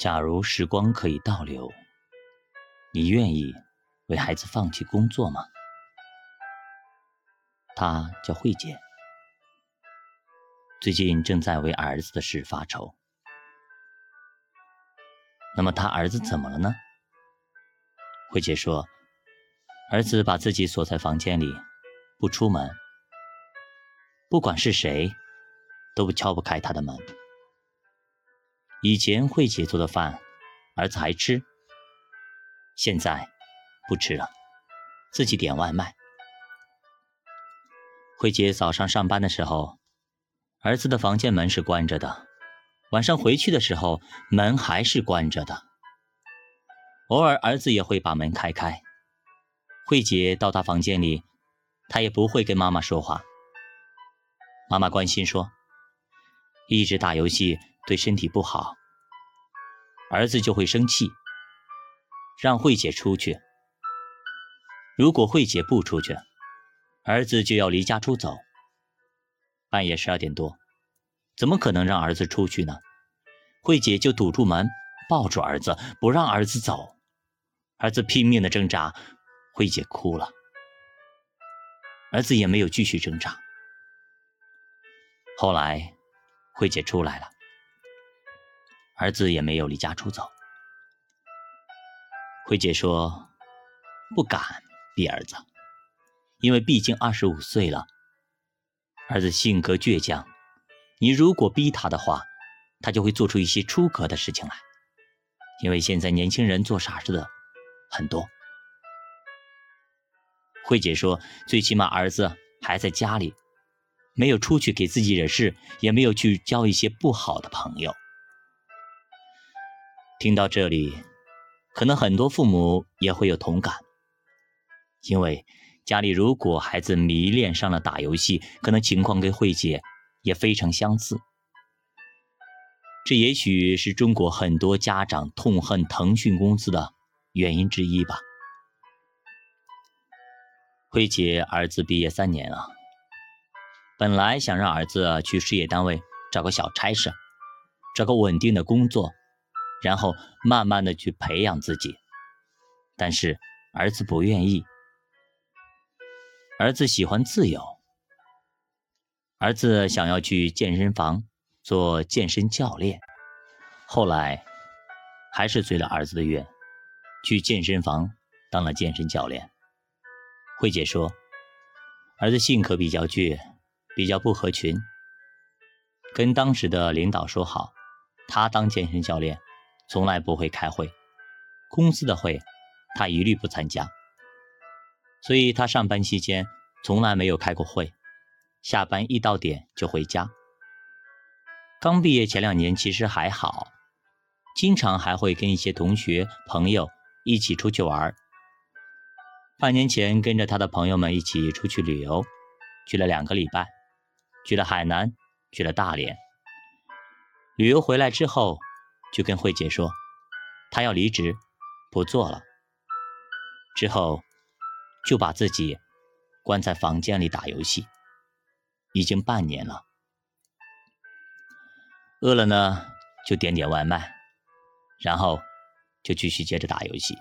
假如时光可以倒流，你愿意为孩子放弃工作吗？她叫慧姐，最近正在为儿子的事发愁。那么她儿子怎么了呢？慧姐说，儿子把自己锁在房间里，不出门，不管是谁都敲不开他的门。以前慧姐做的饭儿子还吃，现在不吃了，自己点外卖。慧姐早上上班的时候，儿子的房间门是关着的，晚上回去的时候门还是关着的。偶尔儿子也会把门开，慧姐到他房间里，他也不会跟妈妈说话。妈妈关心说，一直打游戏对身体不好，儿子就会生气，让慧姐出去。如果慧姐不出去，儿子就要离家出走。半夜12点多，怎么可能让儿子出去呢？慧姐就堵住门，抱住儿子，不让儿子走。儿子拼命的挣扎，慧姐哭了，儿子也没有继续挣扎。后来慧姐出来了，儿子也没有离家出走。慧姐说，不敢逼儿子，因为毕竟25岁了，儿子性格倔强，你如果逼他的话，他就会做出一些出格的事情来，因为现在年轻人做傻事的很多。慧姐说，最起码儿子还在家里，没有出去给自己惹事，也没有去交一些不好的朋友。听到这里，可能很多父母也会有同感，因为家里如果孩子迷恋上了打游戏，可能情况跟慧姐也非常相似。这也许是中国很多家长痛恨腾讯公司的原因之一吧。慧姐儿子毕业3年了，本来想让儿子去事业单位找个小差事，找个稳定的工作，然后慢慢的去培养自己，但是儿子不愿意。儿子喜欢自由，儿子想要去健身房做健身教练，后来还是随了儿子的愿，去健身房当了健身教练。慧姐说，儿子性格比较倔，比较不合群，跟当时的领导说好，他当健身教练从来不会开会，公司的会他一律不参加，所以他上班期间从来没有开过会，下班一到点就回家。刚毕业前2年其实还好，经常还会跟一些同学朋友一起出去玩。半年前跟着他的朋友们一起出去旅游，去了2个礼拜，去了海南，去了大连。旅游回来之后就跟慧姐说，他要离职不做了，之后就把自己关在房间里打游戏，已经半年了。饿了呢就点点外卖，然后就继续接着打游戏。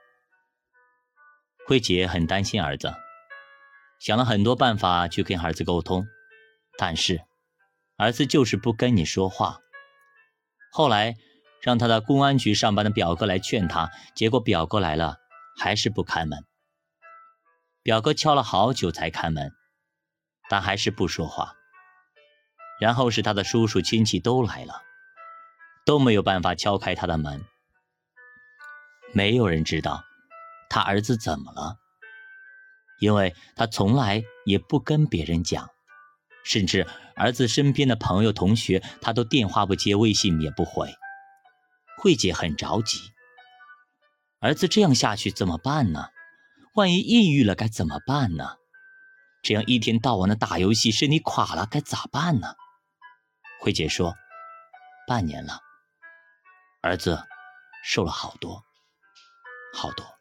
慧姐很担心儿子，想了很多办法去跟儿子沟通，但是儿子就是不跟你说话。后来让他的公安局上班的表哥来劝他，结果表哥来了还是不开门。表哥敲了好久才开门，但还是不说话。然后是他的叔叔亲戚都来了，都没有办法敲开他的门。没有人知道他儿子怎么了，因为他从来也不跟别人讲，甚至儿子身边的朋友同学他都电话不接，微信也不回。慧姐很着急，儿子这样下去怎么办呢？万一抑郁了该怎么办呢？这样一天到晚的打游戏，身体垮了该咋办呢？慧姐说，半年了，儿子瘦了好多好多。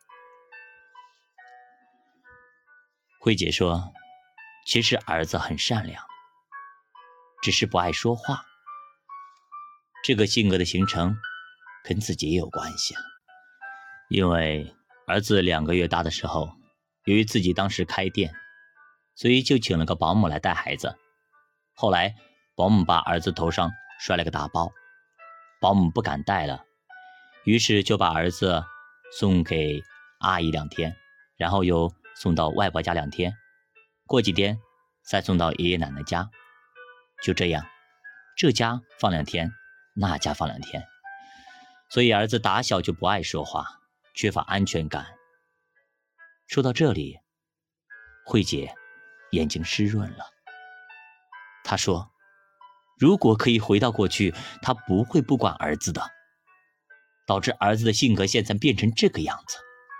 慧姐说，其实儿子很善良，只是不爱说话。这个性格的形成跟自己也有关系啊。因为儿子2个月大的时候，由于自己当时开店，所以就请了个保姆来带孩子。后来保姆把儿子头上摔了个大包，保姆不敢带了，于是就把儿子送给阿姨2天，然后又送到外婆家2天，过几天再送到爷爷奶奶家。就这样，这家放2天，那家放2天，所以儿子打小就不爱说话，缺乏安全感。说到这里，慧姐眼睛湿润了。她说，如果可以回到过去，她不会不管儿子的，导致儿子的性格现在变成这个样子。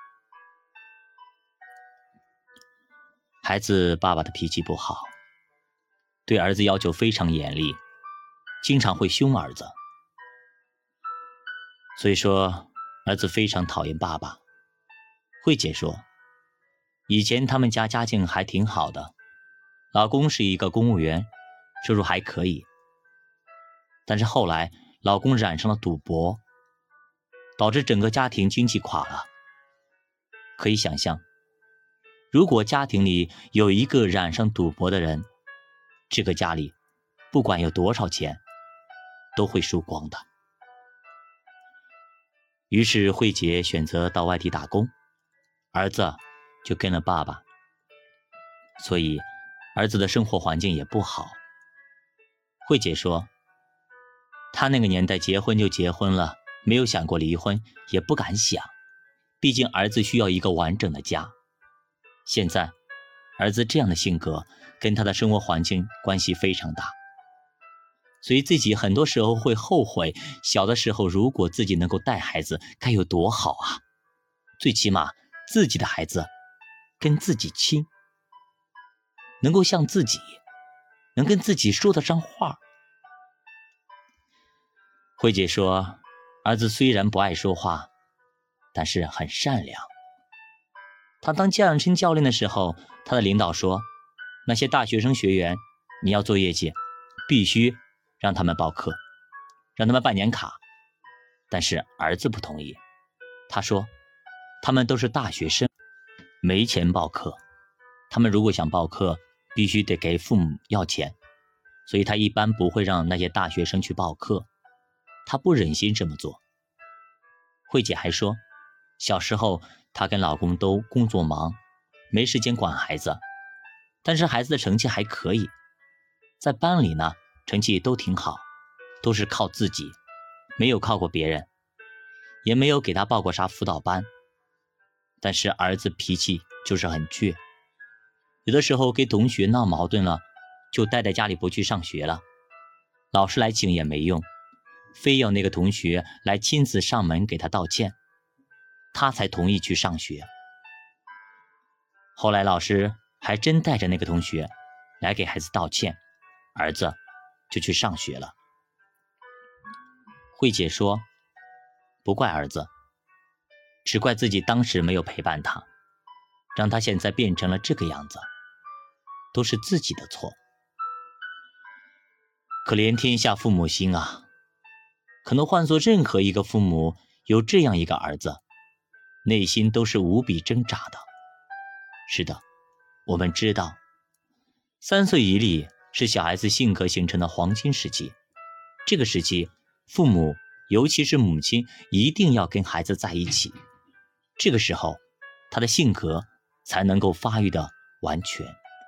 孩子爸爸的脾气不好，对儿子要求非常严厉，经常会凶儿子。所以说，儿子非常讨厌爸爸。慧姐说，以前他们家家境还挺好的，老公是一个公务员，收入还可以。但是后来老公染上了赌博，导致整个家庭经济垮了。可以想象，如果家庭里有一个染上赌博的人，这个家里不管有多少钱都会输光的。于是慧姐选择到外地打工，儿子就跟了爸爸，所以儿子的生活环境也不好。慧姐说，她那个年代结婚就结婚了，没有想过离婚，也不敢想，毕竟儿子需要一个完整的家。现在儿子这样的性格跟他的生活环境关系非常大，所以自己很多时候会后悔，小的时候如果自己能够带孩子该有多好啊，最起码自己的孩子跟自己亲，能够像自己，能跟自己说得上话。慧姐说，儿子虽然不爱说话，但是很善良。他当健身教练的时候，他的领导说，那些大学生学员你要做业绩，必须让他们报课，让他们办年卡。但是儿子不同意，他说他们都是大学生，没钱报课，他们如果想报课必须得给父母要钱，所以他一般不会让那些大学生去报课，他不忍心这么做。慧姐还说，小时候她跟老公都工作忙，没时间管孩子，但是孩子的成绩还可以，在班里呢成绩都挺好，都是靠自己，没有靠过别人，也没有给他报过啥辅导班。但是儿子脾气就是很倔，有的时候跟同学闹矛盾了，就待在家里不去上学了，老师来请也没用，非要那个同学来亲自上门给他道歉，他才同意去上学。后来老师还真带着那个同学来给孩子道歉，儿子就去上学了。慧姐说，不怪儿子，只怪自己当时没有陪伴他，让他现在变成了这个样子，都是自己的错。可怜天下父母心啊，可能换做任何一个父母有这样一个儿子，内心都是无比挣扎的。是的，我们知道3岁以里是小孩子性格形成的黄金时期，这个时期父母尤其是母亲一定要跟孩子在一起，这个时候他的性格才能够发育的完全。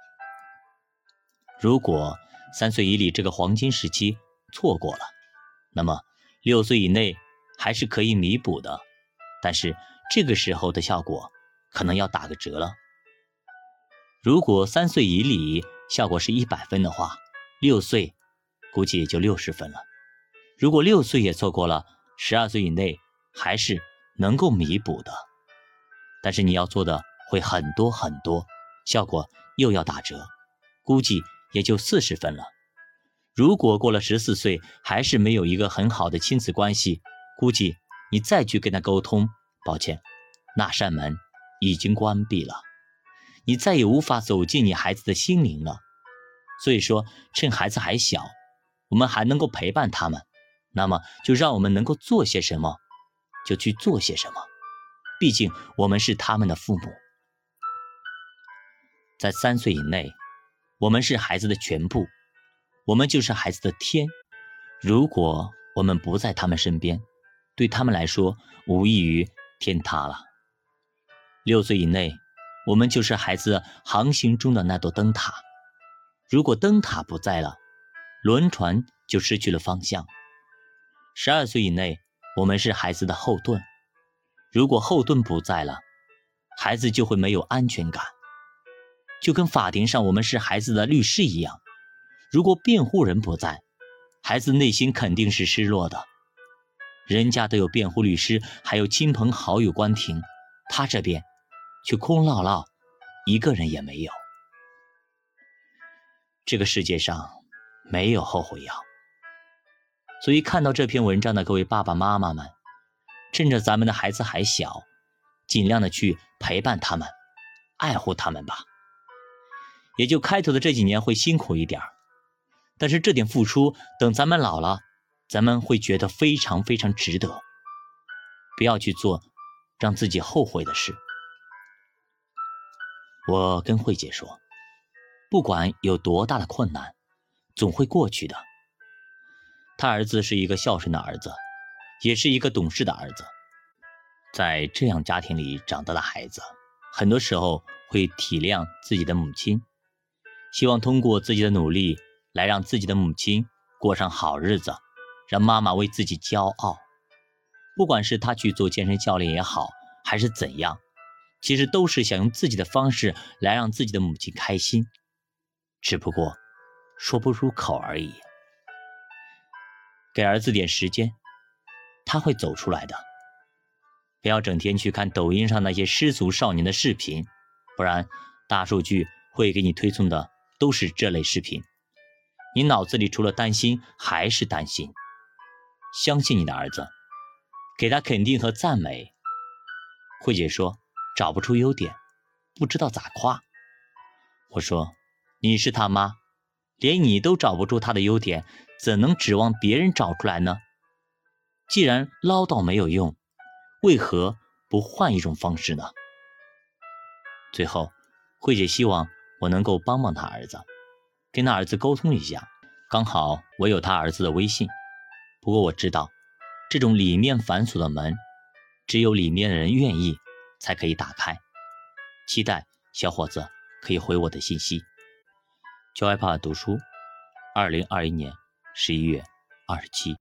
如果3岁以里这个黄金时期错过了，那么6岁以内还是可以弥补的，但是这个时候的效果可能要打个折了。如果3岁以里效果是100分的话，6岁估计也就60分了。如果6岁也错过了，12岁以内还是能够弥补的，但是你要做的会很多很多，效果又要打折，估计也就40分了。如果过了14岁还是没有一个很好的亲子关系，估计你再去跟他沟通，抱歉，那扇门已经关闭了，你再也无法走进你孩子的心灵了。所以说，趁孩子还小，我们还能够陪伴他们，那么就让我们能够做些什么， 就去做些什么，毕竟我们是他们的父母。在3岁以内，我们是孩子的全部，我们就是孩子的天。如果我们不在他们身边，对他们来说无异于天塌了。6岁以内，我们就是孩子航行中的那座灯塔，如果灯塔不在了，轮船就失去了方向。12岁以内，我们是孩子的后盾，如果后盾不在了，孩子就会没有安全感。就跟法庭上我们是孩子的律师一样，如果辩护人不在，孩子内心肯定是失落的。人家都有辩护律师，还有亲朋好友关庭，他这边却空落落，一个人也没有。这个世界上没有后悔药，所以看到这篇文章的各位爸爸妈妈们，趁着咱们的孩子还小，尽量的去陪伴他们，爱护他们吧。也就开头的这几年会辛苦一点，但是这点付出，等咱们老了，咱们会觉得非常非常值得。不要去做让自己后悔的事。我跟慧姐说，不管有多大的困难，总会过去的。他儿子是一个孝顺的儿子，也是一个懂事的儿子。在这样家庭里长大的孩子，很多时候会体谅自己的母亲，希望通过自己的努力来让自己的母亲过上好日子，让妈妈为自己骄傲。不管是他去做健身教练也好，还是怎样，其实都是想用自己的方式来让自己的母亲开心，只不过说不出口而已。给儿子点时间，他会走出来的。不要整天去看抖音上那些失足少年的视频，不然大数据会给你推送的都是这类视频，你脑子里除了担心还是担心。相信你的儿子，给他肯定和赞美。慧姐说找不出优点，不知道咋夸。我说你是他妈，连你都找不出他的优点，怎能指望别人找出来呢？既然唠叨没有用，为何不换一种方式呢？最后，慧姐希望我能够帮帮他儿子，跟他儿子沟通一下。刚好我有他儿子的微信，不过我知道这种里面反锁的门，只有里面的人愿意才可以打开。期待小伙子可以回我的信息。教爱爸读书，2021年11月27。